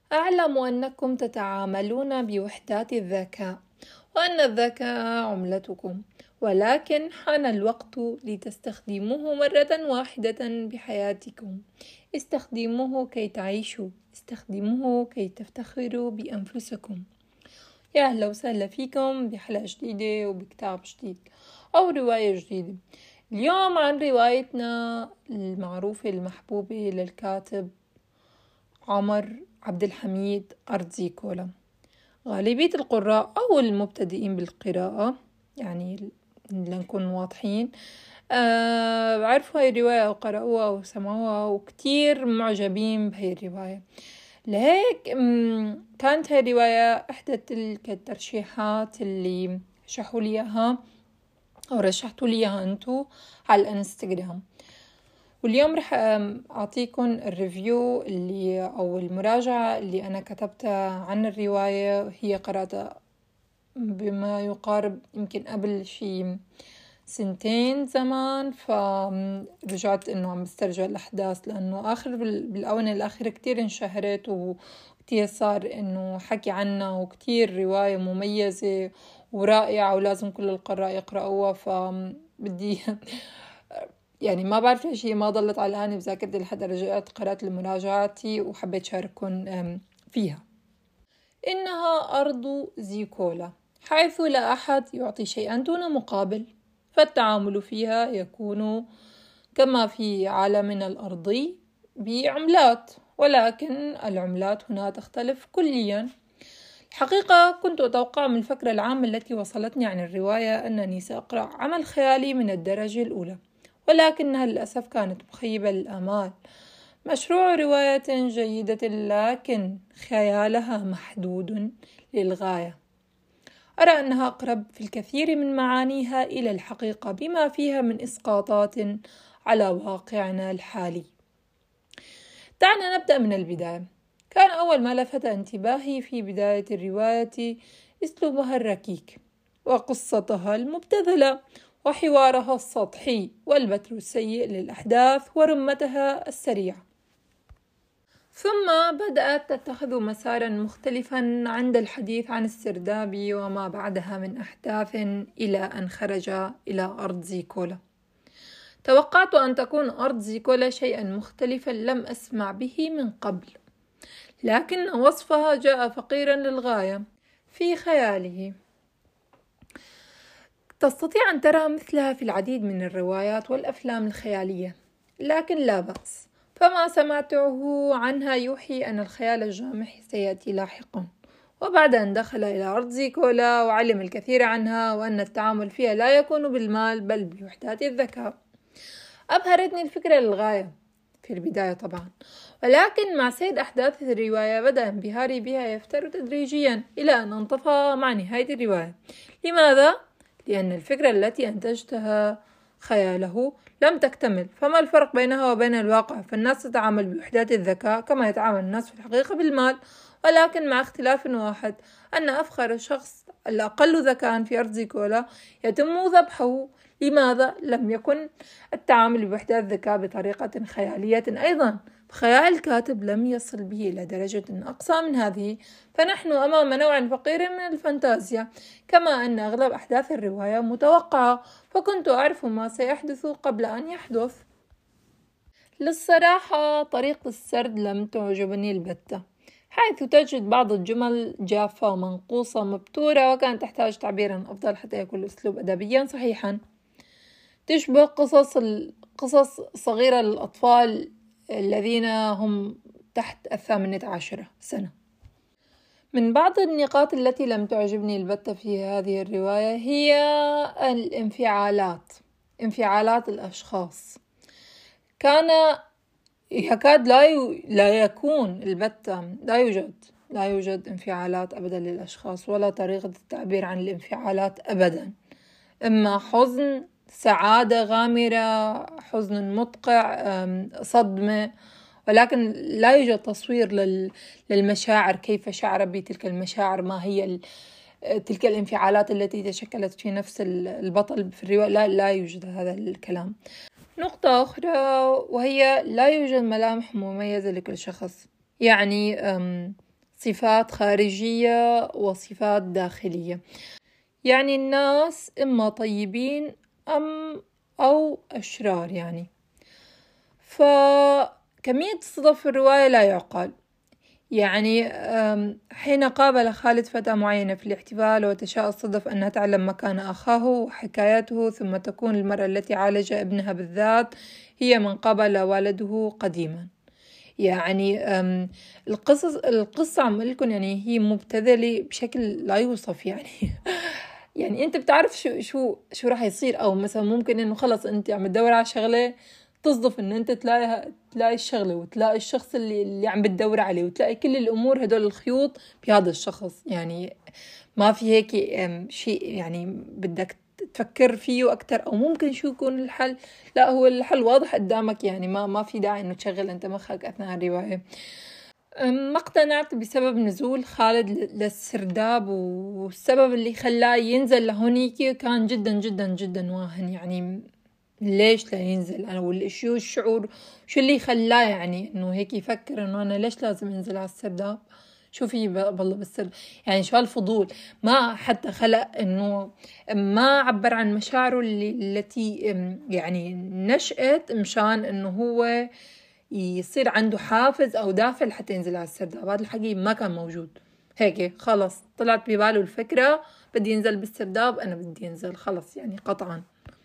أعلم أنكم تتعاملون بوحدات الذكاء، وأن الذكاء عملتكم، ولكن حان الوقت لتستخدموه مرة واحدة بحياتكم. استخدموه كي تعيشوا، استخدموه كي تفتخروا بأنفسكم. يا أهلا وسهلا فيكم بحلقة جديدة وبكتاب جديد أو رواية جديدة. اليوم عن روايتنا المعروفة المحبوبة للكاتب عمر عبد الحميد أرض زيكولا. غالبية القراء أو المبتدئين بالقراءة، يعني لنكون واضحين، بعرفوا هاي الرواية أو قرأوها أو سمعوها وكتير معجبين بهاي الرواية. لهيك كانت هاي الرواية إحدى تلك الترشيحات اللي رشحوا لي إياها أو رشحتوا لي إياها أنتو على الانستغرام. واليوم رح أعطيكم الريفيو اللي أو المراجعة اللي أنا كتبتها عن الرواية. هي قرأتها بما يقارب يمكن قبل شي 2 زمان، فرجعت إنه عم بسترجع الأحداث لأنه بالآونة الأخيرة كتير انشهرت وكتير صار إنه حكي عنها، وكتير رواية مميزة ورائعة ولازم كل القراء يقرأوها. فبدي يعني ما بعرف ليش هي ما ضلت علقانة بذاكرتي لحد رجعت قرأت لمراجعاتي وحبيت شارككم فيها. إنها أرض زيكولا، حيث لا أحد يعطي شيئا دون مقابل، فالتعامل فيها يكون كما في عالمنا الأرضي بعملات، ولكن العملات هنا تختلف كليا. الحقيقة كنت أتوقع من الفكرة العامة التي وصلتني عن الرواية أنني سأقرأ عمل خيالي من الدرجة الأولى، ولكنها للأسف كانت مخيبة للآمال. مشروع رواية جيدة لكن خيالها محدود للغاية. أرى أنها أقرب في الكثير من معانيها إلى الحقيقة، بما فيها من إسقاطات على واقعنا الحالي. دعنا نبدأ من البداية. كان أول ما لفت انتباهي في بداية الرواية أسلوبها الركيك، وقصتها المبتذلة، وحوارها السطحي، والبتر السيء للأحداث، ورمتها السريعة. ثم بدأت تتخذ مسارا مختلفا عند الحديث عن السرداب وما بعدها من أحداث، إلى أن خرج إلى أرض زيكولا. توقعت أن تكون أرض زيكولا شيئا مختلفا لم أسمع به من قبل، لكن وصفها جاء فقيرا للغاية في خياله. تستطيع أن ترى مثلها في العديد من الروايات والأفلام الخيالية، لكن لا بأس، فما سمعته عنها يوحي أن الخيال الجامح سيأتي لاحقا. وبعد أن دخل إلى أرض زيكولا وعلم الكثير عنها، وأن التعامل فيها لا يكون بالمال بل بوحدات الذكاء، أبهرتني الفكرة للغاية في البداية طبعا، ولكن مع سير أحداث الرواية بدأ انبهاري بها يفتر تدريجيا إلى أن انطفأ مع نهاية الرواية. لماذا؟ لأن الفكرة التي أنتجتها خياله لم تكتمل. فما الفرق بينها وبين الواقع؟ فالناس تتعامل بوحدات الذكاء كما يتعامل الناس في الحقيقة بالمال، ولكن مع اختلاف واحد، أن أفخر شخص الأقل ذكاء في أرض زيكولا يتم ذبحه. لماذا؟ لم يكن التعامل بوحدات الذكاء بطريقة خيالية أيضا، فخيال الكاتب لم يصل به إلى درجة أقصى من هذه. فنحن أمام نوع فقير من الفانتازيا، كما أن أغلب أحداث الرواية متوقعة، فكنت أعرف ما سيحدث قبل أن يحدث. للصراحة طريقة السرد لم تعجبني البتة، حيث تجد بعض الجمل جافة ومنقوصة مبتورة، وكانت تحتاج تعبيرا أفضل حتى يكون الأسلوب أدبيا صحيحا. تشبه قصص صغيرة للأطفال الذين هم تحت 18 سنة. من بعض النقاط التي لم تعجبني البتة في هذه الرواية هي انفعالات الأشخاص. كان يكاد لا يكون البتة، لا يوجد انفعالات أبدا للأشخاص، ولا طريقة التعبير عن الانفعالات أبدا. إما حزن، سعادة غامرة، حزن مدقع، صدمة، ولكن لا يوجد تصوير للمشاعر، كيف شعر بتلك المشاعر، ما هي تلك الانفعالات التي تشكلت في نفس البطل في الرواية. لا يوجد هذا الكلام. نقطة أخرى وهي لا يوجد ملامح مميزة لكل شخص. يعني صفات خارجية وصفات داخلية. يعني الناس إما طيبين أو أشرار يعني. فكمية الصدف في الرواية لا يعقل. يعني حين قابل خالد فتاة معينة في الاحتفال وتشاء الصدف أنها تعلم مكان أخاه وحكايته، ثم تكون المرأة التي عالج ابنها بالذات هي من قابل والده قديما. يعني القصة عم لكم يعني هي مبتذلة بشكل لا يوصف يعني. يعني انت بتعرف شو راح يصير، او مثلا ممكن انه خلص انت عم تدور على شغلة، تصدف ان انت تلاقي الشغلة وتلاقي الشخص اللي عم بتدور عليه، وتلاقي كل الامور هدول الخيوط بهذا الشخص. يعني ما في هيك شيء يعني بدك تفكر فيه أكتر، أو ممكن شو يكون الحل. لا، هو الحل واضح قدامك، يعني ما في داعي إنه تشغل أنت مخك أثناء الرواية. ما اقتنعت بسبب نزول خالد للسرداب، والسبب اللي خلاه ينزل لهونيك كان جدا جدا جدا واهن. يعني ليش لا ينزل؟ أنا شو الشعور، شو اللي خلاه يعني إنه هيك يفكر إنه أنا ليش لازم أنزل على السرداب؟ شو في بالله بالسر؟ يعني شو هالفضول؟ ما حتى خلق إنه ما عبر عن مشاعره التي يعني نشأت مشان إنه هو يصير عنده حافز أو دافع لحتى ينزل على السرداب. هذا الحكي ما كان موجود. هيك خلص طلعت بباله الفكرة بدي ينزل بالسرداب، أنا بدي ينزل خلص يعني قطعا.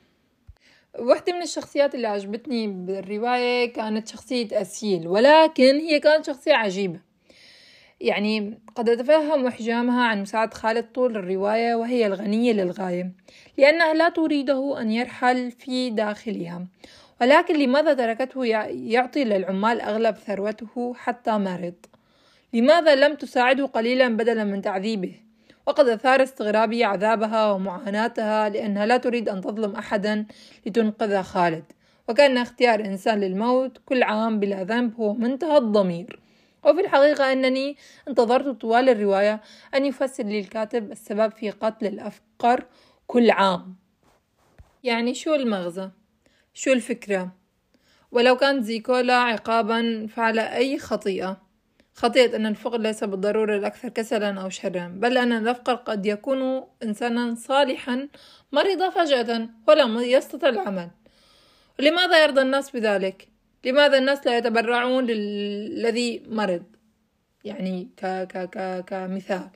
واحدة من الشخصيات اللي عجبتني بالرواية كانت شخصية أسيل، ولكن هي كانت شخصية عجيبة. يعني قد أتفهم إحجامها عن مساعدة خالد طول الرواية، وهي الغنية للغاية لأنها لا تريده أن يرحل في داخلها. ولكن لماذا تركته يعطي للعمال أغلب ثروته حتى مرض؟ لماذا لم تساعده قليلا بدلا من تعذيبه؟ وقد أثار استغرابي عذابها ومعاناتها لأنها لا تريد أن تظلم أحدا لتنقذ خالد، وكان اختيار إنسان للموت كل عام بلا ذنب هو منتهى الضمير. وفي الحقيقة أنني انتظرت طوال الرواية أن يفسر لي الكاتب السبب في قتل الأفقر كل عام. يعني شو المغزى؟ شو الفكرة؟ ولو كانت زيكولا عقابا فعل أي خطيئة أن الفقر ليس بالضرورة الأكثر كسلا أو شرا، بل أن الأفقر قد يكون إنسانا صالحا مريض فجأة ولم يستطع العمل. لماذا يرضى الناس بذلك؟ لماذا الناس لا يتبرعون للذي مرض؟ يعني كمثال،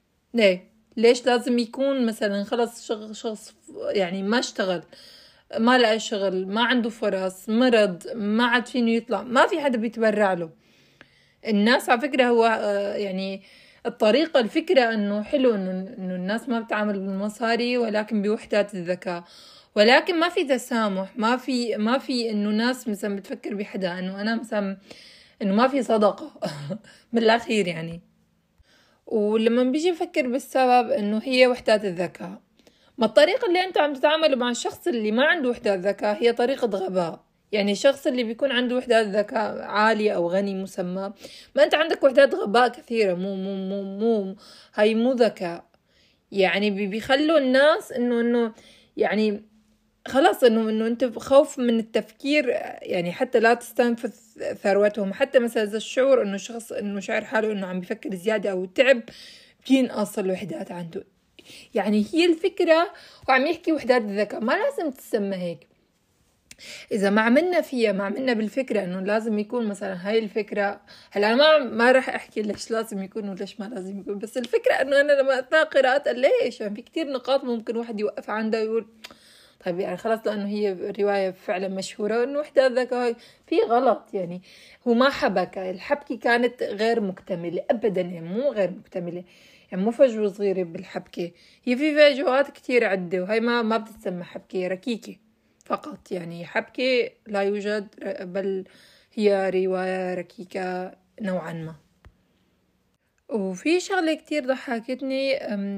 ليش لازم يكون مثلا خلص شخص يعني ما اشتغل، ما لقى شغل، ما عنده فرص، مرض، ما عاد فينه يطلع، ما في حدا بيتبرع له. الناس على فكرة هو يعني الطريقة، الفكرة انه حلو انه الناس ما بتعامل بالمصاري ولكن بوحدات الذكاء، ولكن ما في تسامح، ما في انه ناس مثلا بتفكر بحدا، انه انا مثلا انه ما في صدقة. من الاخير يعني. ولما بيجي نفكر بالسبب انه هي وحدات الذكاء، ما الطريقة اللي انتوا عم تتعاملوا مع الشخص اللي ما عنده وحدات ذكاء هي طريقة غباء. يعني الشخص اللي بيكون عنده وحدات ذكاء عالية أو غني مسمى، ما أنت عندك وحدات غباء كثيرة. مو هاي مو ذكاء. يعني بيخلوا الناس إنه يعني خلاص إنه أنت خوف من التفكير، يعني حتى لا تستنفذ ثروتهم. حتى مثلا إذا الشعور إنه الشخص إنه شاعر حاله إنه عم بيفكر زيادة أو تعب، بينقص الوحدات عنده. يعني هي الفكرة، وعم يحكي وحدات الذكاء ما لازم تسمى هيك. إذا ما عملنا بالفكرة إنه لازم يكون مثلا هاي الفكرة. هلا ما راح أحكي ليش لازم يكون وليش ما لازم يكون، بس الفكرة إنه أنا لما أثناء قراءة ليش يعني في كتير نقاط ممكن واحد يوقف عندها ويقول طيب يعني خلاص، لأنه هي رواية فعلا مشهورة إنه وحدة الذكاء في غلط. يعني هو ما حبكة، الحبكة كانت غير مكتملة أبدا، يعني مو غير مكتملة، يعني مو فجوة صغيرة بالحبكة، هي في فجوات كتير عدة، وهي ما بتتسمى حبكة، ركيكة فقط. يعني حبكة لا يوجد، بل هي رواية ركيكة نوعا ما. وفي شغلة كتير ضحكتني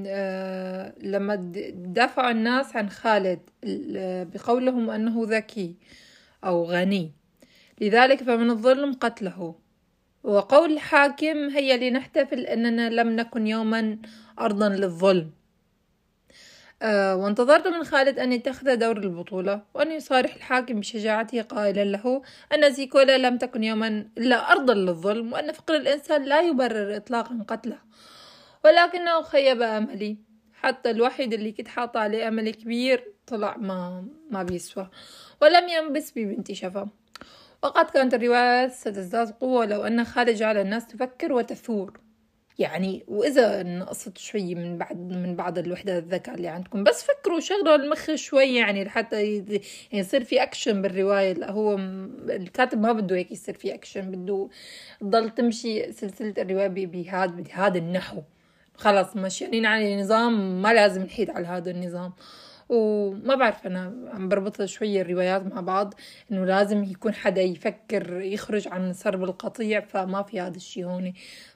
لما دافعوا الناس عن خالد بقولهم أنه ذكي أو غني، لذلك فمن الظلم قتله. وقول الحاكم هيا لنحتفل أننا لم نكن يوما أرضا للظلم. وانتظرت من خالد أن يتخذ دور البطولة وأن يصارح الحاكم بشجاعته قائلا له أن زيكولا لم تكن يوما إلا أرضا للظلم، وأن فقر الإنسان لا يبرر إطلاقا قتله، ولكنه خيب أملي. حتى الوحيد اللي كنت حاطة عليه أمل كبير طلع ما بيسوى، ولم ينبس ببنت شفا. وقد كانت الرواية ستزداد قوة لو أن خالد جعل الناس تفكر وتثور، يعني وإذا نقصت شوي من بعض الوحدات الذكاء اللي عندكم، بس فكروا شغلوا المخ شوي، يعني لحتى يعني يصير في أكشن بالرواية. لا، هو الكاتب ما بده هيك يصير في أكشن، بده تضل تمشي سلسلة الرواية بهذا النحو. خلاص ماشيين على نظام، ما لازم نحيد على هذا النظام. وما بعرف، أنا عم بربط شوية الروايات مع بعض، إنه لازم يكون حدا يفكر يخرج عن سرب القطيع، فما في هذا الشيء هون.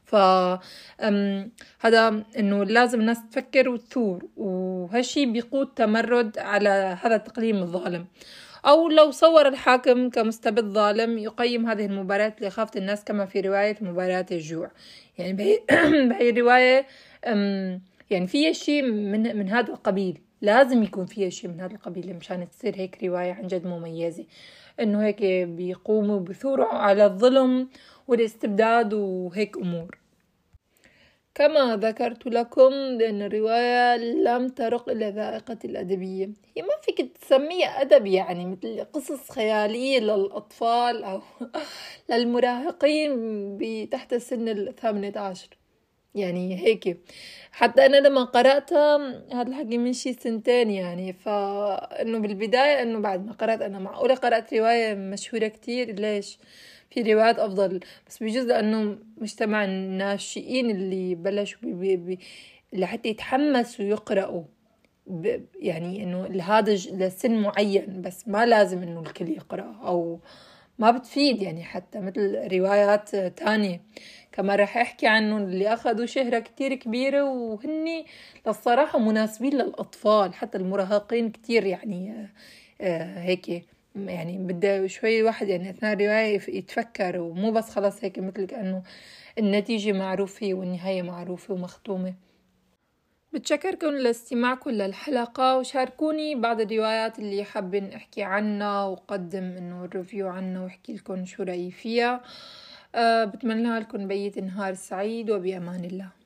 هذا إنه لازم الناس تفكر وتثور، وهالشي بيقود تمرد على هذا التقليم الظالم. أو لو صور الحاكم كمستبد ظالم يقيم هذه المباراة لإخافة الناس، كما في رواية مباراة الجوع. يعني بهي الرواية يعني فيها شيء من هذا القبيل، لازم يكون فيها شيء من هذا القبيل مشان تصير هيك رواية عن جد مميزة. إنه هيك بيقوموا بثوروا على الظلم والاستبداد وهيك أمور. كما ذكرت لكم بأن الرواية لم ترق إلى ذائقة الأدبية، هي ما فيك تسميها أدب، يعني مثل قصص خيالية للأطفال أو للمراهقين تحت سن 18، يعني هيك. حتى أنا لما قرأتها هذا الحكي من شي 2 يعني، فإنه بالبداية إنه بعد ما قرأت أنا معقولة قرأت رواية مشهورة كتير، ليش في روايات أفضل؟ بس بجوز لأنه مجتمع الناشئين اللي بلشوا لحتى يتحمسوا يقرأوا، يعني إنه لهذا لسن معين، بس ما لازم إنه الكل يقرأ، أو ما بتفيد يعني. حتى مثل روايات تانية كما رح أحكي عنه اللي أخذوا شهرة كتير كبيرة، وهني للصراحة مناسبين للأطفال، حتى المراهقين كتير يعني هيك. يعني بده شوي واحد يعني أثناء الرواية يتفكر، ومو بس خلاص هيك مثل كأنه النتيجة معروفة والنهاية معروفة ومختومة. بتشكركم لاستماعكم للحلقة، وشاركوني بعض الروايات اللي حابين احكي عنها، وقدم انه الريفيو عنها واحكي لكم شو رأيي فيها. بتمنى لكم بقية نهار سعيد، وبأمان الله.